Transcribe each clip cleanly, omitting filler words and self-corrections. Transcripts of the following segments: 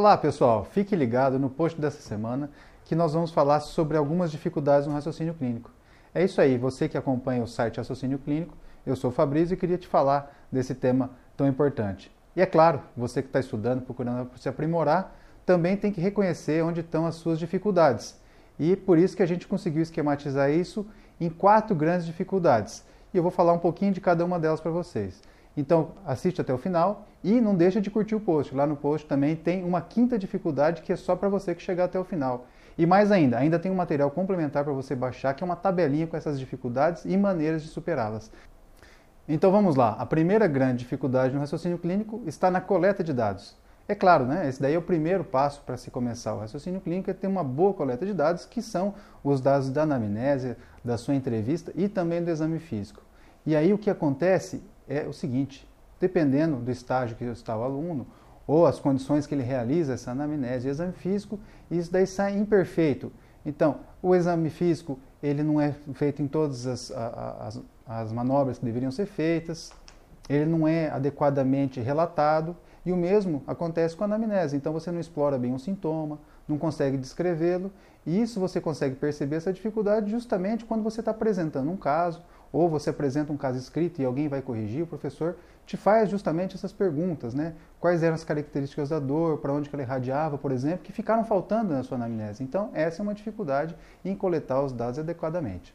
Olá pessoal, fique ligado no post dessa semana que nós vamos falar sobre algumas dificuldades no raciocínio clínico. É isso aí, você que acompanha o site Raciocínio Clínico, eu sou o Fabrício e queria te falar desse tema tão importante. E é claro, você que está estudando, procurando se aprimorar, também tem que reconhecer onde estão as suas dificuldades. E por isso que a gente conseguiu esquematizar isso em 4 grandes dificuldades. E eu vou falar um pouquinho de cada uma delas para vocês. Então, assiste até o final e não deixa de curtir o post. Lá no post também tem uma 5ª dificuldade que é só para você que chegar até o final. E mais ainda tem um material complementar para você baixar, que é uma tabelinha com essas dificuldades e maneiras de superá-las. Então vamos lá. A primeira grande dificuldade no raciocínio clínico está na coleta de dados. É claro, né? Esse daí é o primeiro passo para se começar o raciocínio clínico, é ter uma boa coleta de dados, que são os dados da anamnese, da sua entrevista e também do exame físico. E aí o que acontece é o seguinte: dependendo do estágio que está o aluno, ou as condições que ele realiza essa anamnese e exame físico, isso daí sai imperfeito. Então, o exame físico ele não é feito em todas as manobras que deveriam ser feitas, ele não é adequadamente relatado, e o mesmo acontece com a anamnese. Então, você não explora bem um sintoma, não consegue descrevê-lo, e isso você consegue perceber essa dificuldade justamente quando você está apresentando um caso, ou você apresenta um caso escrito e alguém vai corrigir, o professor te faz justamente essas perguntas, né? Quais eram as características da dor, para onde que ela irradiava, por exemplo, que ficaram faltando na sua anamnese. Então, essa é uma dificuldade em coletar os dados adequadamente.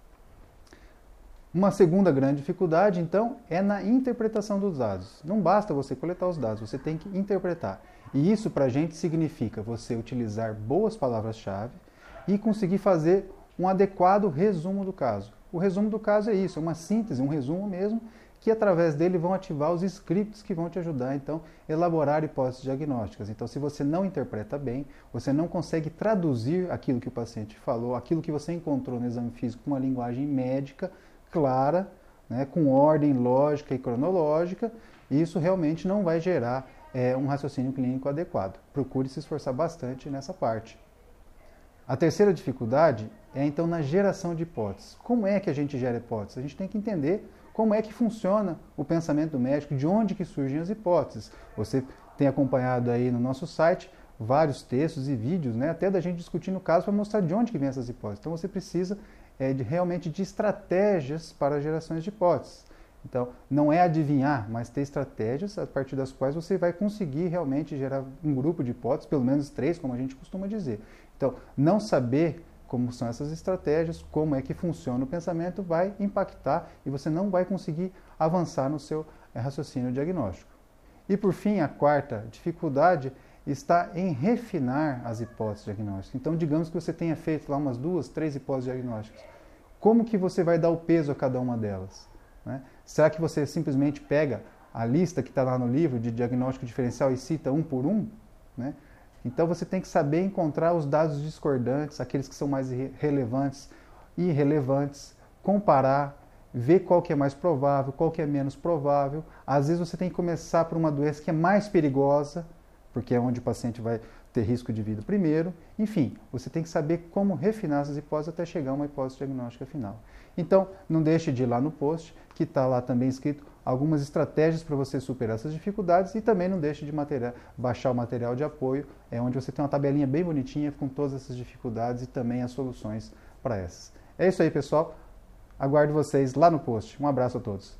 Uma segunda grande dificuldade, então, é na interpretação dos dados. Não basta você coletar os dados, você tem que interpretar. E isso, para a gente, significa você utilizar boas palavras-chave e conseguir fazer um adequado resumo do caso. O resumo do caso é isso, é uma síntese, um resumo mesmo, que através dele vão ativar os scripts que vão te ajudar, então, a elaborar hipóteses diagnósticas. Então, se você não interpreta bem, você não consegue traduzir aquilo que o paciente falou, aquilo que você encontrou no exame físico com uma linguagem médica, clara, né, com ordem lógica e cronológica, isso realmente não vai gerar um raciocínio clínico adequado. Procure se esforçar bastante nessa parte. A terceira dificuldade é então na geração de hipóteses. Como é que a gente gera hipóteses? A gente tem que entender como é que funciona o pensamento médico, de onde que surgem as hipóteses. Você tem acompanhado aí no nosso site vários textos e vídeos, né, até da gente discutindo o caso para mostrar de onde que vem essas hipóteses. Então você precisa realmente de estratégias para gerações de hipóteses. Então, não é adivinhar, mas ter estratégias a partir das quais você vai conseguir realmente gerar um grupo de hipóteses, pelo menos 3, como a gente costuma dizer. Então, não saber como são essas estratégias, como é que funciona o pensamento, vai impactar e você não vai conseguir avançar no seu raciocínio diagnóstico. E, por fim, a quarta dificuldade está em refinar as hipóteses diagnósticas. Então, digamos que você tenha feito lá umas 2, 3 hipóteses diagnósticas. Como que você vai dar o peso a cada uma delas? Né? Será que você simplesmente pega a lista que está lá no livro de diagnóstico diferencial e cita um por um? Né? Então, você tem que saber encontrar os dados discordantes, aqueles que são mais relevantes e irrelevantes, comparar, ver qual que é mais provável, qual que é menos provável. Às vezes você tem que começar por uma doença que é mais perigosa, porque é onde o paciente vai ter risco de vida primeiro. Enfim, você tem que saber como refinar essas hipóteses até chegar a uma hipótese diagnóstica final. Então, não deixe de ir lá no post, que está lá também escrito algumas estratégias para você superar essas dificuldades, e também não deixe de baixar o material de apoio, onde você tem uma tabelinha bem bonitinha com todas essas dificuldades e também as soluções para essas. É isso aí, pessoal. Aguardo vocês lá no post. Um abraço a todos.